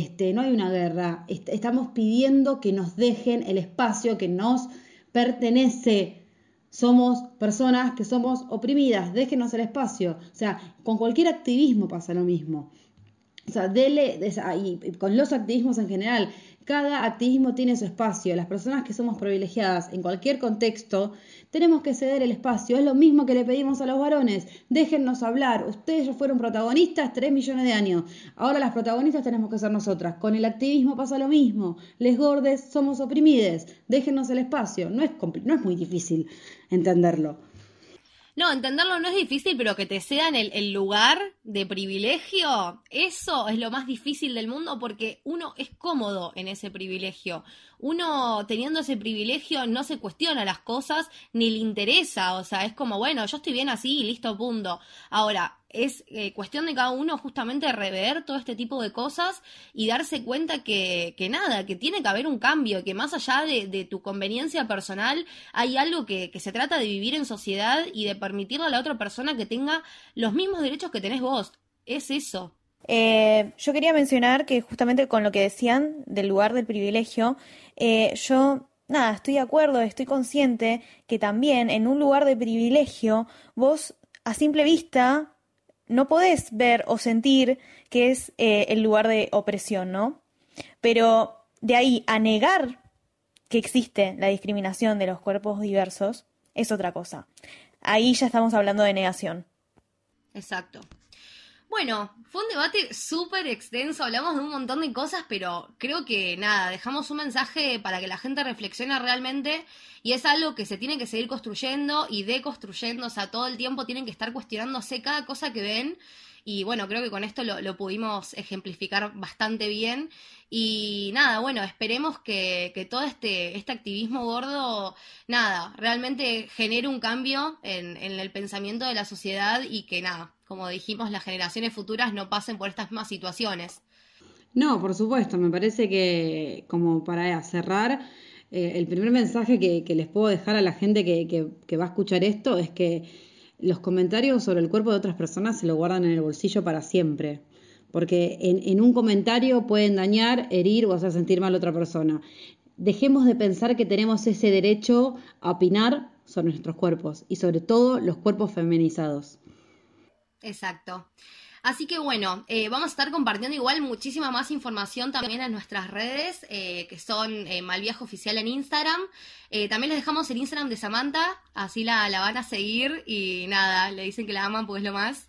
estamos pidiendo que nos dejen el espacio que nos pertenece. Somos personas que somos oprimidas, déjenos el espacio. O sea, con cualquier activismo pasa lo mismo. O sea, y con los activismos en general, cada activismo tiene su espacio. Las personas que somos privilegiadas en cualquier contexto, tenemos que ceder el espacio. Es lo mismo que le pedimos a los varones. Déjennos hablar. Ustedes ya fueron protagonistas 3 millones de años. Ahora las protagonistas tenemos que ser nosotras. Con el activismo pasa lo mismo. Les gordes somos oprimides. Déjennos el espacio. No es muy difícil entenderlo. No, entenderlo no es difícil, pero que te cedan el lugar de privilegio, eso es lo más difícil del mundo porque uno es cómodo en ese privilegio. uno teniendo ese privilegio no se cuestiona las cosas ni le interesa, o sea, es como, bueno, yo estoy bien así y listo, punto. Ahora, es cuestión de cada uno justamente rever todo este tipo de cosas y darse cuenta que nada, que tiene que haber un cambio, que más allá de tu conveniencia personal hay algo que se trata de vivir en sociedad y de permitirle a la otra persona que tenga los mismos derechos que tenés vos. Es eso. Yo quería mencionar que justamente con lo que decían del lugar del privilegio, yo, nada, estoy de acuerdo, estoy consciente que también en un lugar de privilegio vos a simple vista no podés ver o sentir que es el lugar de opresión, ¿no? Pero de ahí a negar que existe la discriminación de los cuerpos diversos es otra cosa. Ahí ya estamos hablando de negación. Exacto. Bueno, fue un debate súper extenso, hablamos de un montón de cosas, pero creo que nada, dejamos un mensaje para que la gente reflexione realmente y es algo que se tiene que seguir construyendo y deconstruyendo, o sea, todo el tiempo tienen que estar cuestionándose cada cosa que ven y bueno, creo que con esto lo pudimos ejemplificar bastante bien y nada, bueno, esperemos que todo este activismo gordo, nada, realmente genere un cambio en el pensamiento de la sociedad y que nada, como dijimos, las generaciones futuras no pasen por estas mismas situaciones. No, por supuesto, me parece que como para cerrar, el primer mensaje que les puedo dejar a la gente que va a escuchar esto es que los comentarios sobre el cuerpo de otras personas se lo guardan en el bolsillo para siempre, porque en un comentario pueden dañar, herir o hacer sentir mal a otra persona. Dejemos de pensar que tenemos ese derecho a opinar sobre nuestros cuerpos y sobre todo los cuerpos feminizados. Exacto. Así que bueno, vamos a estar compartiendo igual muchísima más información también en nuestras redes, que son Malviaje Oficial en Instagram. También les dejamos el Instagram de Samantha, así la van a seguir y nada, le dicen que la aman porque es lo más.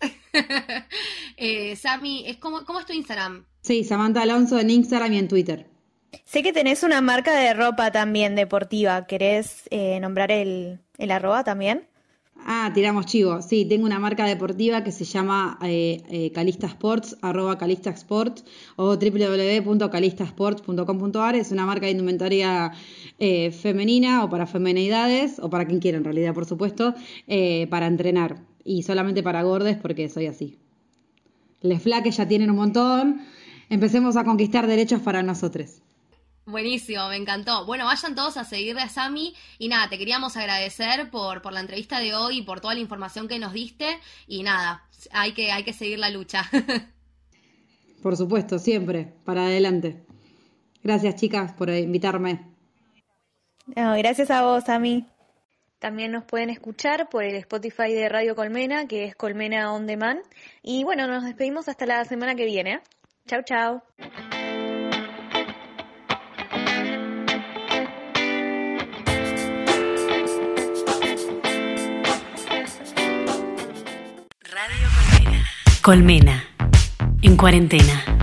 Sami, ¿cómo es tu Instagram? Sí, Samantha Alonso en Instagram y en Twitter. Sé que tenés una marca de ropa también deportiva. ¿Querés nombrar el arroba también? Tiramos chivo. Sí, tengo una marca deportiva que se llama Calista Sports, @Calista Sports o www.calistasports.com.ar. Es una marca de indumentaria femenina o para femenidades, o para quien quiera en realidad, por supuesto, para entrenar. Y solamente para gordes porque soy así. Les flaques ya tienen un montón. Empecemos a conquistar derechos para nosotros. Buenísimo, me encantó. Bueno, vayan todos a seguirle a Sami y nada, te queríamos agradecer por la entrevista de hoy y por toda la información que nos diste y nada, hay que seguir la lucha. Por supuesto, siempre, para adelante. Gracias, chicas, por invitarme. No, gracias a vos, Sami. También nos pueden escuchar por el Spotify de Radio Colmena, que es Colmena On Demand. Y bueno, nos despedimos hasta la semana que viene. Chau, chau. Colmena, en cuarentena.